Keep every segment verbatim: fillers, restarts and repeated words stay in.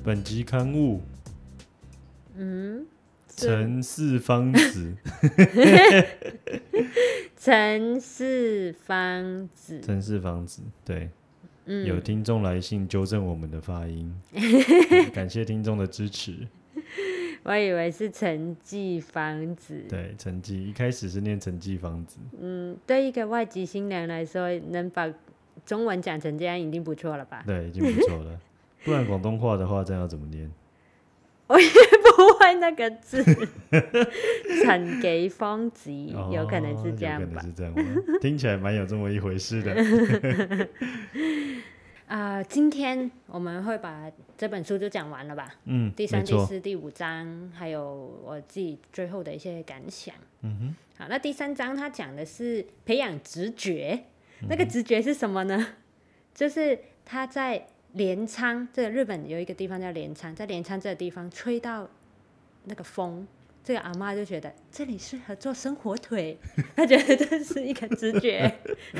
本集刊物， 嗯， 陈氏方子， 陈氏方子， 陈氏方子，对， 嗯， 有听众来信纠正我们的发音，感谢听众的支持。 我以为是陈记方子。 对，陈记一开始是念陈记方子， 嗯，对一个外籍新娘来说，能把中文讲成这样已经不错了吧？ 对，已经不错了。不然广东话的话，这样要怎么念？ 我也不会那个字，陈记方子，有可能是这样吧？ 哦、有可能是这样吗？听起来蛮有这么一回事的。 啊、呃，今天我们会把这本书就讲完了吧？ 嗯， 第三、 没错第四、第五章，还有我自己最后的一些感想。 嗯哼， 好，那第三章它讲的是培养直觉，那个直觉是什么呢？就是他在镰仓，这个日本有一个地方叫镰仓，在镰仓这个地方吹到那个风，这个阿嬷就觉得这里适合做生火腿，她觉得这是一个直觉。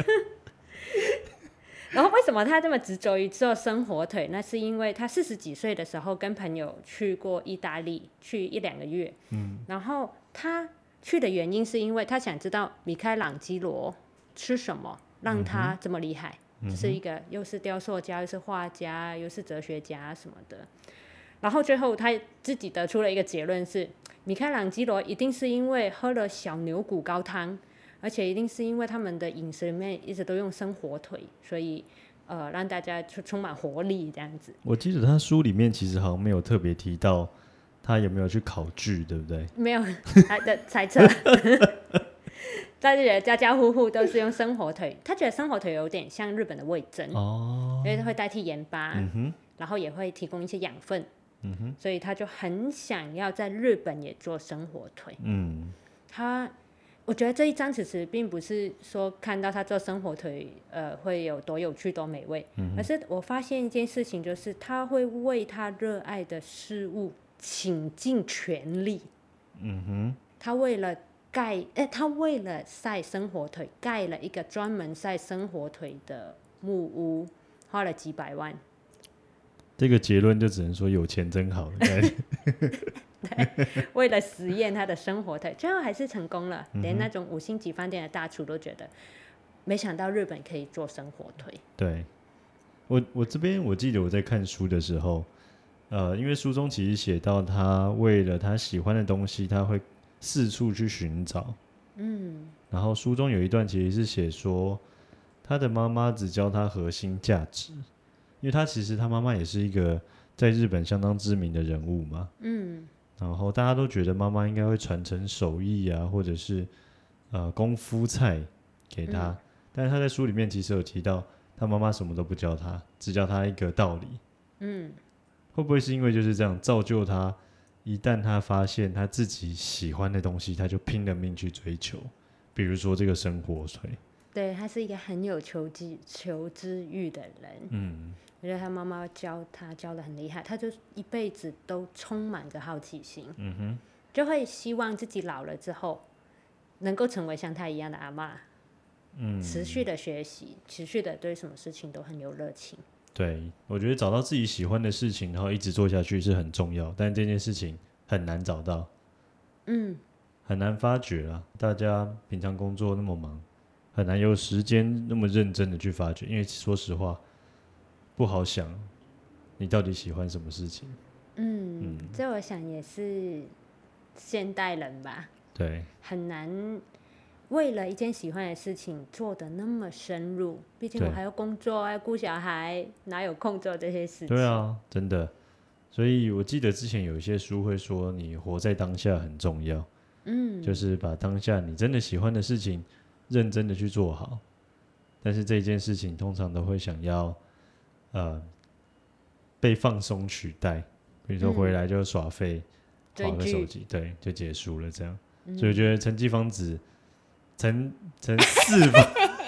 然后为什么他这么执着于做生火腿？那是因为他四十几岁的时候跟朋友去过意大利，去一两个月。嗯，然后他去的原因是因为他想知道米开朗基罗吃什么让他这么厉害。嗯，这是一个又是雕塑家，又是画家，又是哲学家什么的。然后最后他自己得出了一个结论是，米开朗基罗一定是因为喝了小牛骨高汤。而且一定是因为他们的饮食里面一直都用生火腿，所以呃让大家就充满活力这样子。 我记得他书里面其实好像没有特别提到他有没有去考据，对不对？ 没有，他的猜测。在这里家家户户都是用生火腿，他觉得生火腿有点像日本的味噌，哦，因为会代替盐巴，嗯，然后也会提供一些养分，嗯哼，所以他就很想要在日本也做生火腿。嗯，他。我觉得这一章其实并不是说看到他做生火腿，呃，会有多有趣多美味，嗯，而是我发现一件事情，就是他会为他热爱的事物倾尽全力。嗯哼，他为了盖，哎，他为了晒生火腿，盖了一个专门晒生火腿的木屋，花了几百万。 这个结论就只能说有钱真好。 对，为了实验他的生火腿，最后还是成功了，嗯，连那种五星级饭店的大厨都觉得，没想到日本可以做生火腿。 对，我我这边我记得我在看书的时候，呃，因为书中其实写到他为了他喜欢的东西，他会四处去寻找。嗯，然后书中有一段其实是写说，他的妈妈只教他核心价值，因为他其实他妈妈也是一个在日本相当知名的人物嘛。嗯。然后大家都觉得妈妈应该会传承手艺啊，或者是呃功夫菜给他，嗯，但是他在书里面其实有提到，他妈妈什么都不教他，只教他一个道理。嗯，会不会是因为就是这样造就他？一旦他发现他自己喜欢的东西，他就拼了命去追求。比如说这个生火腿， 对，他是一个很有求知求知欲的人。嗯。我觉得他妈妈教他教得很厉害，他就一辈子都充满着好奇心，嗯哼，就会希望自己老了之后能够成为像他一样的阿嬷，嗯，持续的学习，持续的对什么事情都很有热情。 对，我觉得找到自己喜欢的事情，然后一直做下去是很重要，但这件事情很难找到，嗯，很难发掘啦。大家平常工作那么忙，很难有时间那么认真的去发掘，因为说实话。不好想，你到底喜欢什么事情？ 嗯，嗯，这我想也是现代人吧， 对， 很难为了一件喜欢的事情做得那么深入。毕竟我还要工作，还要顾小孩，哪有空做这些事情？ 对啊，真的。所以我记得之前有一些书会说，你活在当下很重要。嗯，就是把当下你真的喜欢的事情，认真的去做好。但是这件事情通常都会想要。呃，被放松取代，比如说回来就耍废，滑、嗯、个手机，对，就结束了这样。嗯、所以我觉得陈继芳子，陈陈四方，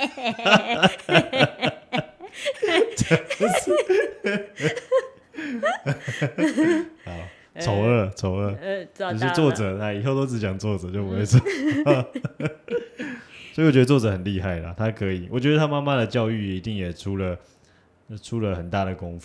好，丑二，丑二， 呃， 只是作者，那以后都只讲作者，就不会说。所以我觉得作者很厉害啦，他可以，我觉得他妈妈的教育一定也出了。出了很大的功夫，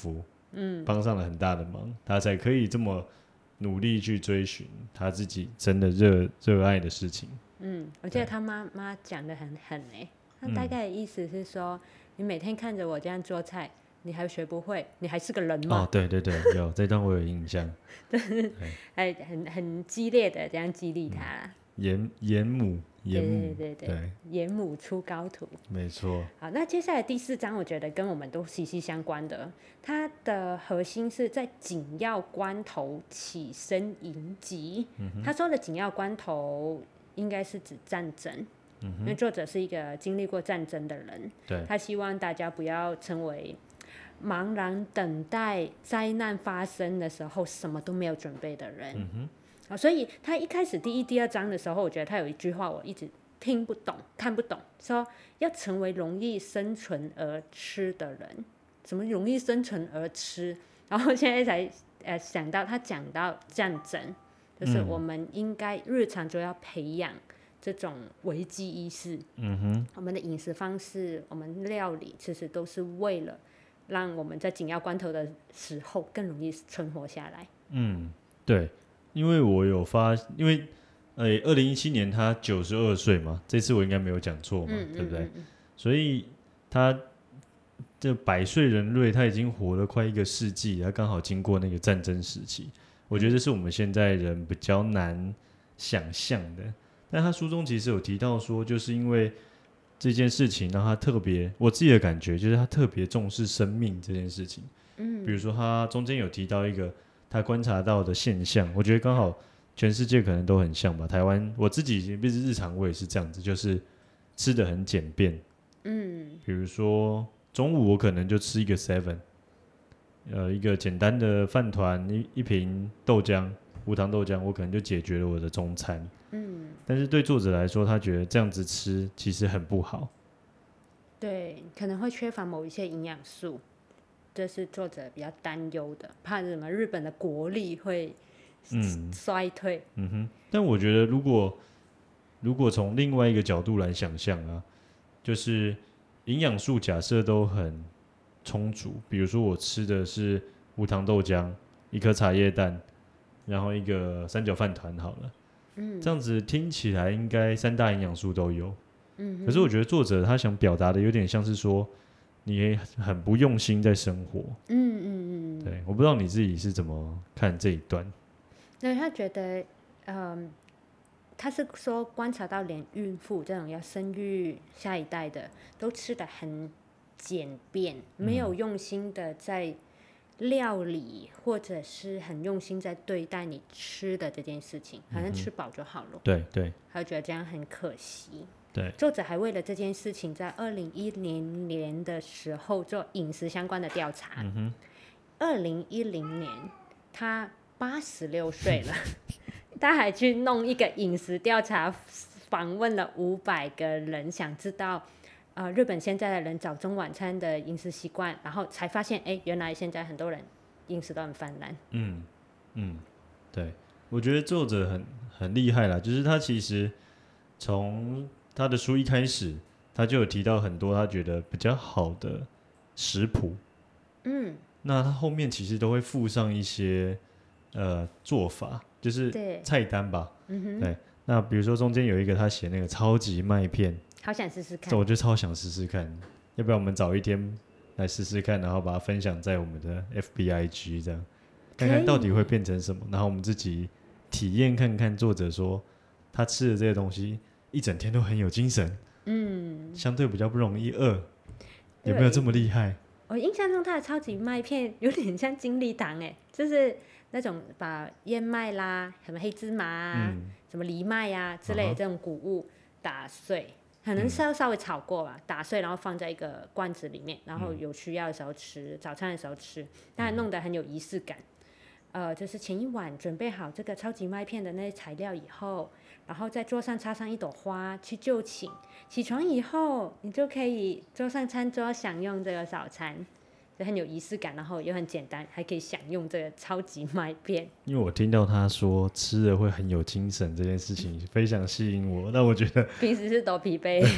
嗯，帮上了很大的忙，他才可以这么努力去追寻他自己真的热热爱的事情。 嗯，我记得他妈妈讲的很狠哎、欸，他大概的意思是说，嗯、你每天看着我这样做菜，你还学不会，你还是个人吗？ 哦，对对对，有这段我有印象， 就是还很很激烈的这样激励他啦。 严严母，严母， 对对对对，严母出高徒， 没错。好， 那接下来第四章，我觉得跟我们都息息相关的，它的核心是在紧要关头起身迎击。嗯、他说的紧要关头，应该是指战争。嗯、因为作者是一个经历过战争的人， 对， 他希望大家不要成为茫然等待灾难发生的时候什么都没有准备的人。嗯啊、所以他一开始第一、第二章的时候，我觉得他有一句话我一直听不懂、看不懂，说要成为容易生存而吃的人。什么容易生存而吃？然后现在才呃想到他讲到战争，就是我们应该日常就要培养这种危机意识。嗯哼，我们的饮食方式、我们料理，其实都是为了让我们在紧要关头的时候更容易存活下来。 嗯，对。因为我有发，因为呃，二零一七年他九十二岁嘛，这次我应该没有讲错嘛，嗯、对不对？嗯嗯、所以他这百岁人瑞，他已经活了快一个世纪，他刚好经过那个战争时期，我觉得这是我们现在人比较难想象的。但他书中其实有提到说，就是因为这件事情让他特别，我自己的感觉就是他特别重视生命这件事情。嗯，比如说他中间有提到一个。他观察到的现象，我觉得刚好全世界可能都很像吧。台湾我自己毕竟日常我也是这样子，就是吃的很简便。嗯，比如说中午我可能就吃一个 seven， 呃，一个简单的饭团，一一瓶豆浆，无糖豆浆，我可能就解决了我的中餐。嗯，但是对作者来说，他觉得这样子吃其实很不好。 对，可能会缺乏某一些营养素。这是作者比较担忧的，怕什么日本的国力会衰退。 嗯, 嗯哼，但我觉得如果如果从另外一个角度来想象啊，就是营养素假设都很充足，比如说我吃的是无糖豆浆，一颗茶叶蛋，然后一个三角饭团好了，嗯，这样子听起来应该三大营养素都有。嗯，可是我觉得作者他想表达的有点像是说。你很不用心在生活，嗯嗯嗯，对，我不知道你自己是怎么看这一段。 对，他觉得，嗯，他是说观察到连孕妇这种要生育下一代的，都吃得很简便，没有用心的在料理，或者是很用心在对待你吃的这件事情，好像吃饱就好了。 嗯、对对， 他就觉得这样很可惜。 对， 作者还为了这件事情，在二零一零年的时候做饮食相关的调查。二零一零年，他八十六岁了，他还去弄一个饮食调查，访问了五百个人，想知道、呃、日本现在的人早中晚餐的饮食习惯，然后才发现，哎，原来现在很多人饮食都很泛滥。 嗯嗯，对，我觉得作者很很厉害啦，就是他其实从他的书一开始，他就有提到很多他觉得比较好的食谱，嗯，那他后面其实都会附上一些呃做法，就是菜单吧，嗯哼，对。那比如说中间有一个他写那个超级麦片， 好想试试看， 这我就超想试试看，要不要我们找一天来试试看，然后把它分享在我们的 F B I G 这样，看看到底会变成什么，然后我们自己体验看看作者说他吃的这些东西。一整天都很有精神，嗯，相对比较不容易饿，有没有这么厉害？ 我印象中他的超级麦片有点像精力糖哎，就是那种把燕麦啦、什么黑芝麻啊、嗯、什么藜麦啊之类的这种谷物打碎，可能是要稍微炒过吧，嗯、打碎然后放在一个罐子里面，然后有需要的时候吃，早餐的时候吃，但弄得很有仪式感。呃，就是前一晚准备好这个超级麦片的那些材料以后，然后在桌上插上一朵花去就寝，起床以后你就可以坐上餐桌享用这个早餐，就很有仪式感，然后又很简单，还可以享用这个超级麦片。 因为我听到他说吃了会很有精神这件事情非常吸引我，但我觉得平时是多疲惫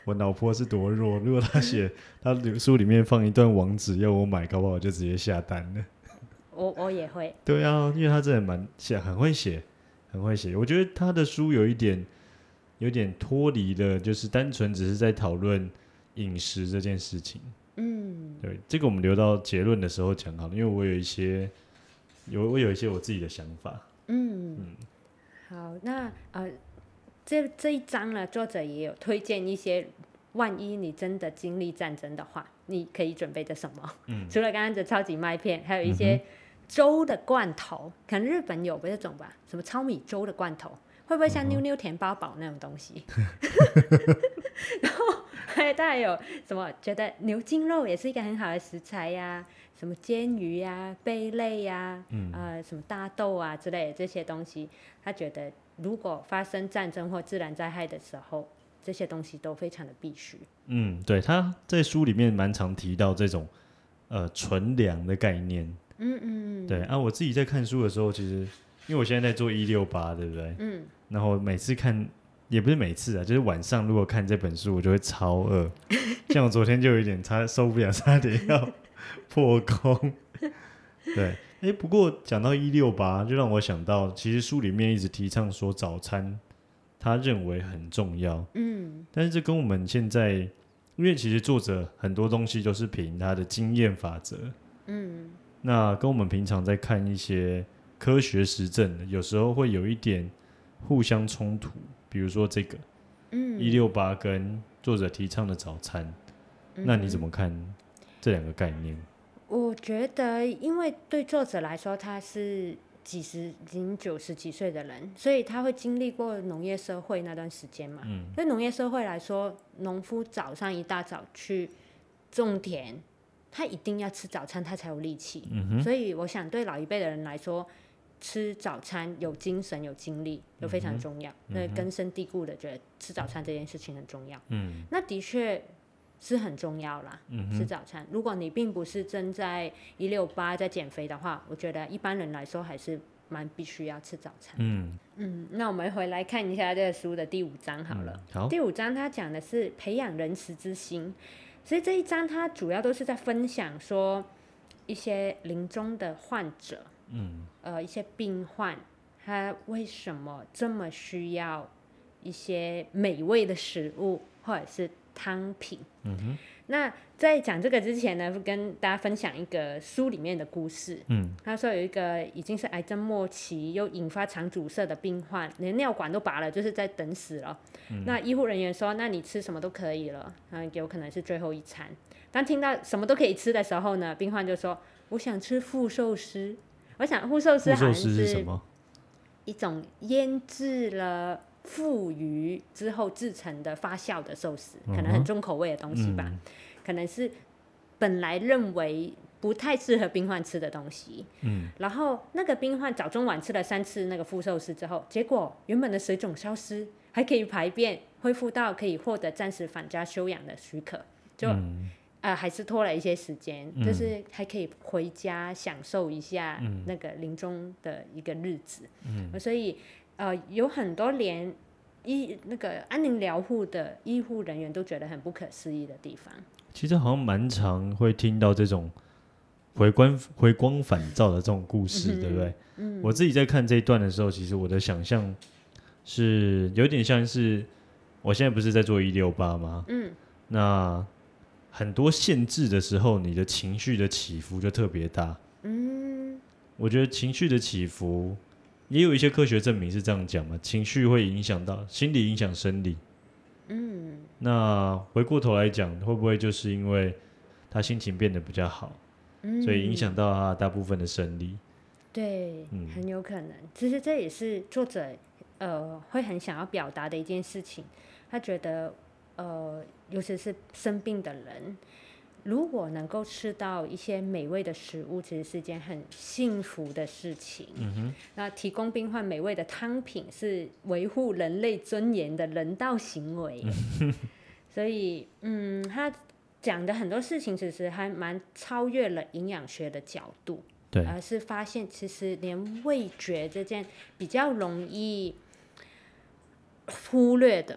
我脑波是多弱。如果他写他书里面放一段网址要我买，搞不好我就直接下单了。 我我也会。 对啊，因为他真的蛮写，很会写，很会写。我觉得他的书有一点，有点脱离了，就是单纯只是在讨论饮食这件事情。嗯，对，这个我们留到结论的时候讲好了，因为我有一些，有我有一些我自己的想法。嗯嗯， 好，那呃，这这一章呢，作者也有推荐一些，万一你真的经历战争的话，你可以准备的什么？嗯，除了刚刚的超级麦片，还有一些粥的罐头，可能日本有这种吧，什么糙米粥的罐头，会不会像妞妞甜八宝那种东西？然后还大概有什么觉得牛筋肉也是一个很好的食材呀、啊，什么煎鱼呀、啊、贝类呀、啊嗯呃，什么大豆啊之类的这些东西，他觉得如果发生战争或自然灾害的时候，这些东西都非常的必须。 嗯，对，他在书里面蛮常提到这种呃存粮的概念。嗯嗯嗯，对啊，我自己在看书的时候，其实因为我现在在做一六八，对不对？嗯，然后每次看。也不是每次啊，就是晚上如果看这本书，我就会超饿。像我昨天就有一点差受不了，差点要破功。对，哎，不过讲到一六八，就让我想到，其实书里面一直提倡说早餐，他认为很重要。嗯，但是这跟我们现在，因为其实作者很多东西都是凭他的经验法则。嗯，那跟我们平常在看一些科学实证，有时候会有一点互相冲突。比如说这个一六八跟作者提倡的早餐、嗯、那你怎么看这两个概念？ 我觉得因为对作者来说他是几十已经九十几岁的人，所以他会经历过农业社会那段时间嘛、嗯、对农业社会来说，农夫早上一大早去种田，他一定要吃早餐他才有力气、嗯、所以我想对老一辈的人来说，吃早餐有精神有精力都非常重要，那、嗯、根深蒂固的觉得吃早餐这件事情很重要。嗯，那的确是很重要啦、嗯、吃早餐。如果你并不是正在一六八在减肥的话，我觉得一般人来说还是蛮必须要吃早餐。嗯嗯，那我们回来看一下这个书的第五章好了。嗯、好，第五章它讲的是培养仁慈之心，所以这一章它主要都是在分享说一些临终的患者。嗯，呃，一些病患他为什么这么需要一些美味的食物或者是汤品？嗯哼，那在讲这个之前呢，跟大家分享一个书里面的故事。嗯，他说有一个已经是癌症末期又引发肠阻塞的病患，连尿管都拔了，就是在等死了。嗯、那医护人员说：“那你吃什么都可以了，嗯，有可能是最后一餐。”当听到什么都可以吃的时候呢，病患就说：“我想吃富寿司。”我想护寿司好像是一种腌制了富鱼之后制成的发酵的寿司、嗯、可能很重口味的东西吧、嗯、可能是本来认为不太适合病患吃的东西、嗯、然后那个病患早中晚吃了三次那个富寿司之后，结果原本的水肿消失，还可以排便，恢复到可以获得暂时返家休养的许可，就、嗯呃，还是拖了一些时间、嗯，就是还可以回家享受一下那个临终的一个日子。嗯，所以呃，有很多连医那个安宁疗护的医护人员都觉得很不可思议的地方。 其实好像蛮常会听到这种回光回光返照的这种故事，嗯、对不对？嗯，我自己在看这一段的时候，其实我的想象是有点像是我现在不是在做一六八吗？嗯，那。很多限制的时候，你的情绪的起伏就特别大。嗯，我觉得情绪的起伏，也有一些科学证明是这样讲嘛，情绪会影响到心理，影响生理。嗯，那回过头来讲，会不会就是因为他心情变得比较好，嗯、所以影响到他大部分的生理？ 对，嗯、很有可能。其实这也是作者呃会很想要表达的一件事情。他觉得。呃，尤其是生病的人，如果能够吃到一些美味的食物，其实是一件很幸福的事情。嗯哼，那提供病患美味的汤品是维护人类尊严的人道行为。所以，嗯，他讲的很多事情其实还蛮超越了营养学的角度， 对， 而是发现其实连味觉这件比较容易忽略的。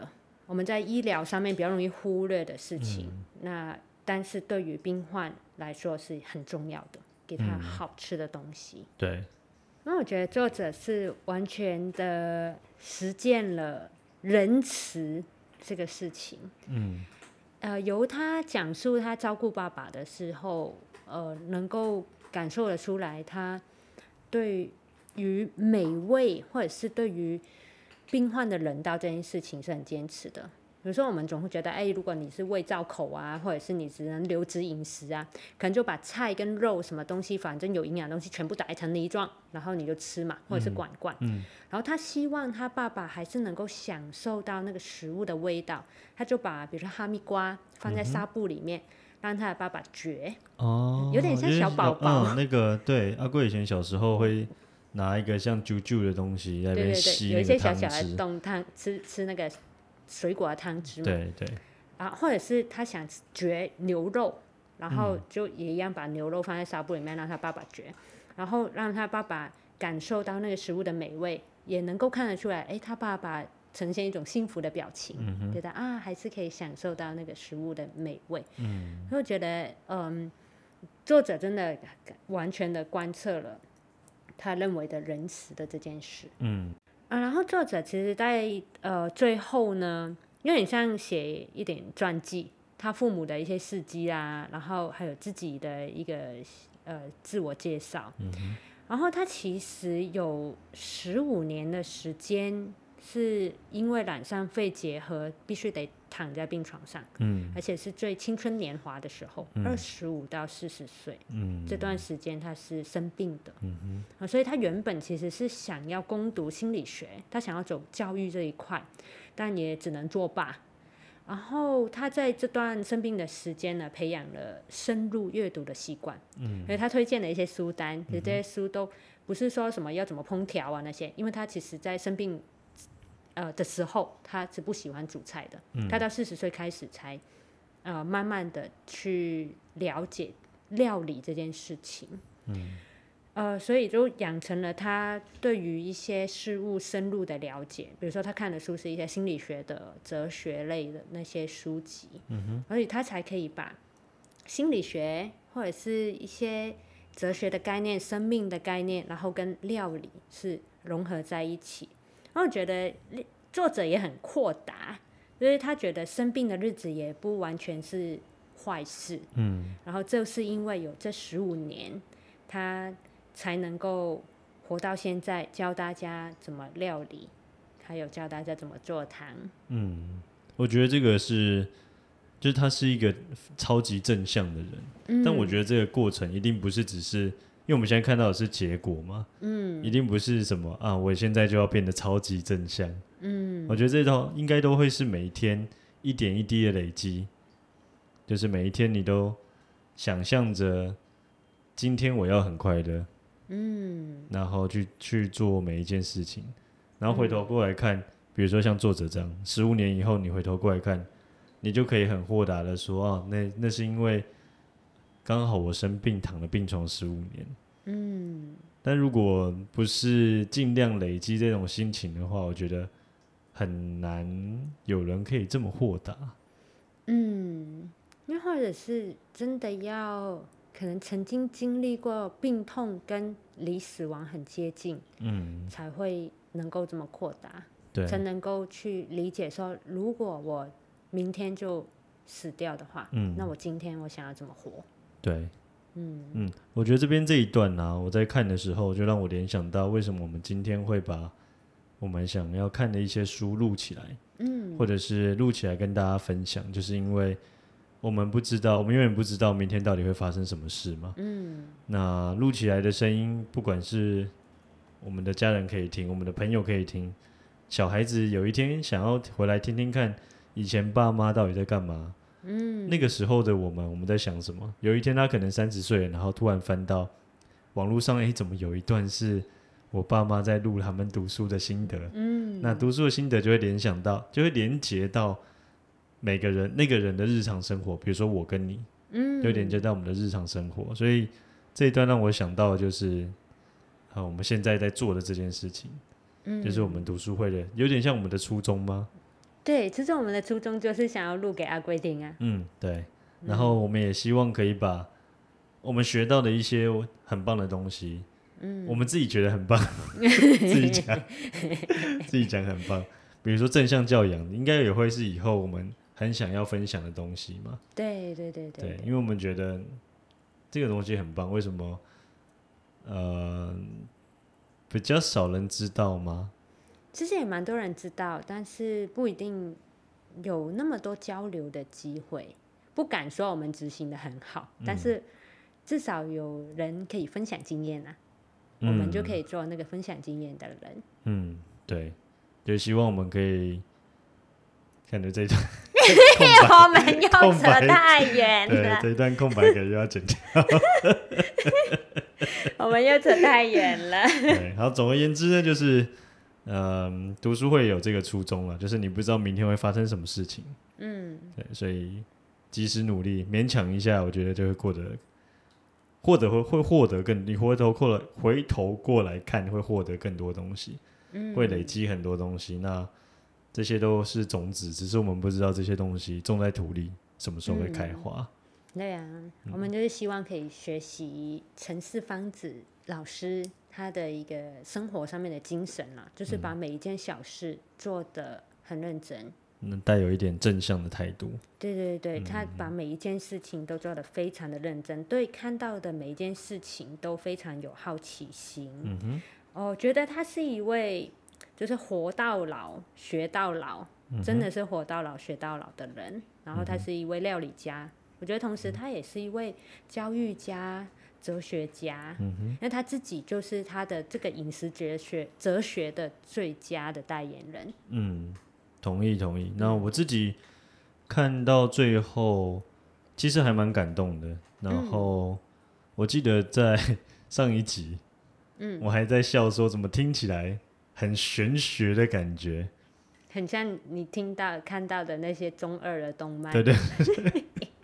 我们在医疗上面比较容易忽略的事情，嗯、那但是对于病患来说是很重要的，给他好吃的东西。嗯、 对。 那我觉得作者是完全的实践了仁慈这个事情。嗯，呃，由他讲述他照顾爸爸的时候，呃，能够感受得出来，他对于美味或者是对于病患的人道这件事情是很坚持的。比如说我们总会觉得，哎，如果你是胃造口啊，或者是你只能流质饮食啊，可能就把菜跟肉什么东西，反正有营养的东西全部打成泥状，然后你就吃嘛，或者是管罐、嗯嗯、然后他希望他爸爸还是能够享受到那个食物的味道，他就把比如说哈密瓜放在纱布里面、嗯、让他的爸爸嚼，哦，有点像小宝宝、 嗯、那个对，阿贵以前小时候会拿一个像啾啾的东西在那边吸那个汤汁， 有一些小小的动汤吃吃那个水果的汤汁嘛， 对对， 啊，或者是他想嚼牛肉，然后就也一样把牛肉放在纱布里面让他爸爸嚼，然后让他爸爸感受到那个食物的美味，也能够看得出来，哎，他爸爸呈现一种幸福的表情，嗯、觉得啊还是可以享受到那个食物的美味。嗯，所以我觉得，嗯，作者真的完全的贯彻了他认为的仁慈的这件事。嗯。啊，然后作者其实在呃最后呢，有点像写一点传记，他父母的一些事迹啊，然后还有自己的一个呃自我介绍。嗯、然后他其实有十五年的时间是因为染上肺结核，必须得躺在病床上，嗯、而且是最青春年华的时候，二十五到四十岁，嗯、这段时间他是生病的，嗯啊，所以他原本其实是想要攻读心理学，他想要走教育这一块，但也只能作罢。然后他在这段生病的时间呢，培养了深入阅读的习惯，嗯，所以他推荐了一些书单，其实这些书都不是说什么要怎么烹调啊那些，因为他其实在生病呃的时候他是不喜欢煮菜的，嗯、他到四十岁开始才呃慢慢的去了解料理这件事情，嗯呃，所以就养成了他对于一些事物深入的了解，比如说他看的书是一些心理学的、哲学类的那些书籍，嗯哼，所以他才可以把心理学或者是一些哲学的概念、生命的概念，然后跟料理是融合在一起。然后我觉得作者也很豁达，就是他觉得生病的日子也不完全是坏事，嗯，然后就是因为有这十五年，他才能够活到现在，教大家怎么料理，还有教大家怎么做汤。 嗯，我觉得这个是，就是他是一个超级正向的人，嗯、但我觉得这个过程一定不是只是，因为我们现在看到的是结果嘛，嗯，一定不是什么啊，我现在就要变得超级正向，嗯，我觉得这套应该都会是每一天一点一滴的累积，就是每一天你都想象着今天我要很快乐。嗯，然后去去做每一件事情，然后回头过来看，嗯、比如说像作者这样，十五年以后你回头过来看，你就可以很豁达的说，哦，那那是因为刚好我生病躺了病床十五年。嗯，但如果不是尽量累积这种心情的话，我觉得很难有人可以这么豁达。 嗯，因为或者是真的要。可能曾经经历过病痛跟离死亡很接近，嗯，才会能够这么扩大，对，才能够去理解说，如果我明天就死掉的话，嗯，那我今天我想要怎么活？ 对，嗯嗯，我觉得这边这一段啊，我在看的时候就让我联想到，为什么我们今天会把我们想要看的一些书录起来，嗯，或者是录起来跟大家分享，就是因为。我们不知道，我们永远不知道明天到底会发生什么事嘛。嗯，那录起来的声音，不管是我们的家人可以听，我们的朋友可以听，小孩子有一天想要回来听听看，以前爸妈到底在干嘛。嗯，那个时候的我们，我们在想什么？有一天他可能三十岁了，然后突然翻到网络上，哎，怎么有一段是我爸妈在录他们读书的心得？嗯，那读书的心得就会联想到，就会连结到。每个人那个人的日常生活，比如说我跟你，嗯，就连接到我们的日常生活，所以这一段让我想到的就是，啊，我们现在在做的这件事情，嗯，就是我们读书会的，有点像我们的初衷吗？ 对，其实我们的初衷就是想要录给阿龟听啊。 嗯，对。然后我们也希望可以把我们学到的一些很棒的东西，嗯，我们自己觉得很棒，自己讲，自己讲很棒。比如说正向教养，应该也会是以后我们很想要分享的东西嘛。 对对对 对, 对，因为我们觉得这个东西很棒，为什么？呃，比较少人知道吗？ 其实也蛮多人知道，但是不一定有那么多交流的机会。不敢说我们执行的很好，嗯、但是至少有人可以分享经验啊、嗯，我们就可以做那个分享经验的人。 嗯，对，就希望我们可以看着这一段我们又扯太远了， 对，这一段空白给又要剪掉。 我们又扯太远了。 对，好，总而言之呢，就是，嗯，读书会有这个初衷了，就是你不知道明天会发生什么事情，嗯，对，所以及时努力，勉强一下，我觉得就会过得，获得会会获得更，你回头过来回头过来看，会获得更多东西，嗯，会累积很多东西。那这些都是种子，只是我们不知道这些东西种在土里什么时候会开花。嗯对啊、嗯，我们就是希望可以学习陈氏芳子老师他的一个生活上面的精神啦，就是把每一件小事做得很认真， 嗯，带有一点正向的态度。对对对，他把每一件事情都做得非常的认真，对看到的每一件事情都非常有好奇心。嗯哼，我、哦、觉得他是一位就是活到老学到老、嗯，真的是活到老学到老的人。然后他是一位料理家。我觉得同时他也是一位教育家、哲学家，嗯、那他自己就是他的这个饮食哲学哲学的最佳的代言人。 嗯，同意同意。那我自己看到最后，其实还蛮感动的。然后我记得在上一集，嗯，我还在笑说，怎么听起来很玄学的感觉， 很像你听到看到的那些中二的动漫。 对对对。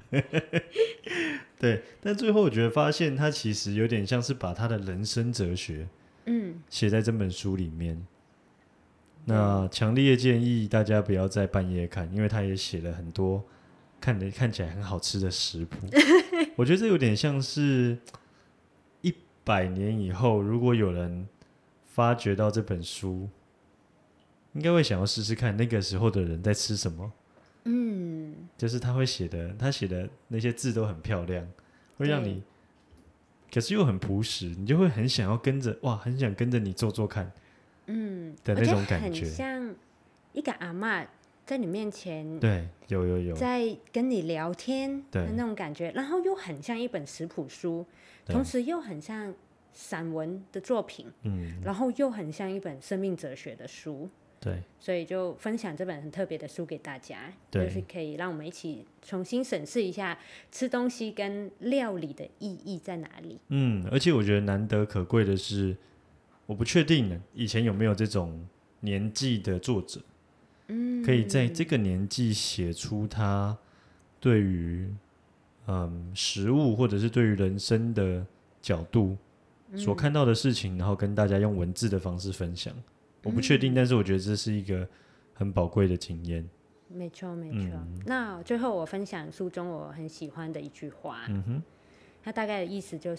对，但最后我觉得发现他其实有点像是把他的人生哲学，嗯，写在这本书里面。嗯、那强烈建议大家不要在半夜看，因为他也写了很多看的看起来很好吃的食谱。我觉得这有点像是一百年以后，如果有人发掘到这本书，应该会想要试试看那个时候的人在吃什么。嗯，就是他会写的，他写的那些字都很漂亮，会让你，可是又很朴实，你就会很想要跟着，哇，很想跟着你做做看，嗯的那种感觉， 很像一个阿嬷在你面前， 对，有有有， 在跟你聊天的那种感觉，然后又很像一本食谱书，同时又很像散文的作品，嗯，然后又很像一本生命哲学的书。 对， 所以就分享这本很特别的书给大家，就是可以让我们一起重新审视一下吃东西跟料理的意义在哪里。 嗯，而且我觉得难得可贵的是，我不确定以前有没有这种年纪的作者，嗯，可以在这个年纪写出他对于嗯食物或者是对于人生的角度所看到的事情，然后跟大家用文字的方式分享。我不确定、嗯，但是我觉得这是一个很宝贵的经验。 没错，没错、嗯。那最后我分享书中我很喜欢的一句话，嗯哼，它大概的意思就是，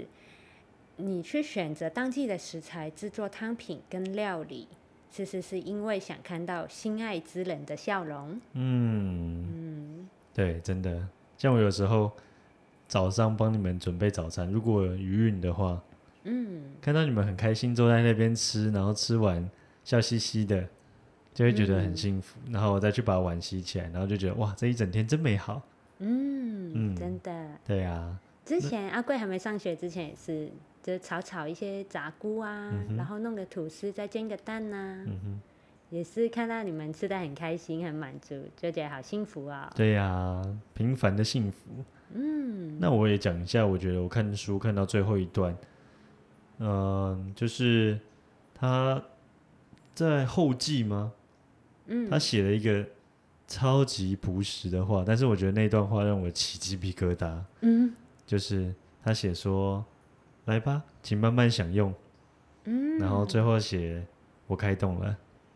你去选择当季的食材制作汤品跟料理，其实是因为想看到心爱之人的笑容。嗯嗯，对，真的。像我有时候早上帮你们准备早餐，如果有余韵的话。嗯，看到你们很开心坐在那边吃，然后吃完笑嘻嘻的，就会觉得很幸福、嗯、然后我再去把碗洗起来，然后就觉得哇，这一整天真美好。 嗯, 嗯真的。 对啊， 之前阿贵还没上学之前也是就是炒炒一些杂菇啊、嗯、然后弄个吐司再煎个蛋啊、嗯、也是看到你们吃得很开心很满足，就觉得好幸福啊、哦。 对啊，平凡的幸福。嗯，那我也讲一下，我觉得我看书看到最后一段，嗯、呃，就是他在后记吗？嗯，他写了一个超级朴实的话，但是我觉得那段话让我起鸡皮疙瘩。嗯，就是他写说：“来吧，请慢慢享用。”嗯，然后最后写：“我开动了。”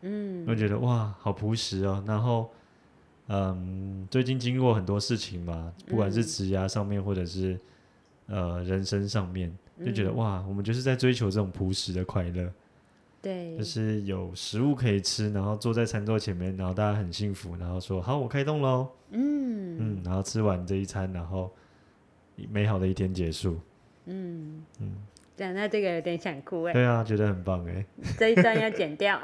嗯，我觉得哇，好朴实哦。然后，嗯，最近经过很多事情嘛，不管是职涯上面，或者是呃人生上面，就觉得、嗯、哇，我们就是在追求这种朴实的快乐。 对， 就是有食物可以吃，然后坐在餐桌前面，然后大家很幸福，然后说好，我开动喽。嗯嗯，然后吃完这一餐，然后美好的一天结束。嗯嗯，讲到这个有点想哭哎。 对啊，觉得很棒哎。 这一段要剪掉。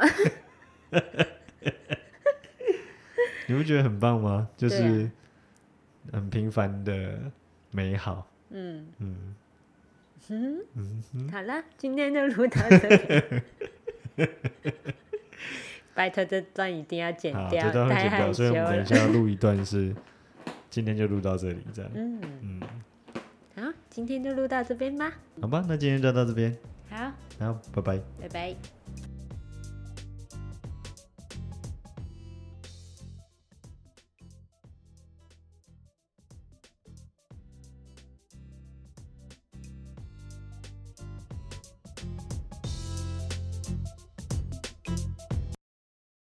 你不觉得很棒吗？就是很平凡的美好。嗯嗯嗯嗯，好了，今天就录到这里。拜托，这段一定要剪掉， 这段会剪掉，所以我们等一下要录一段是，今天就录到这里这样。 嗯嗯，好，今天就录到这边吧。 好吧，那今天就到这边。 好， 好，拜拜。 拜拜。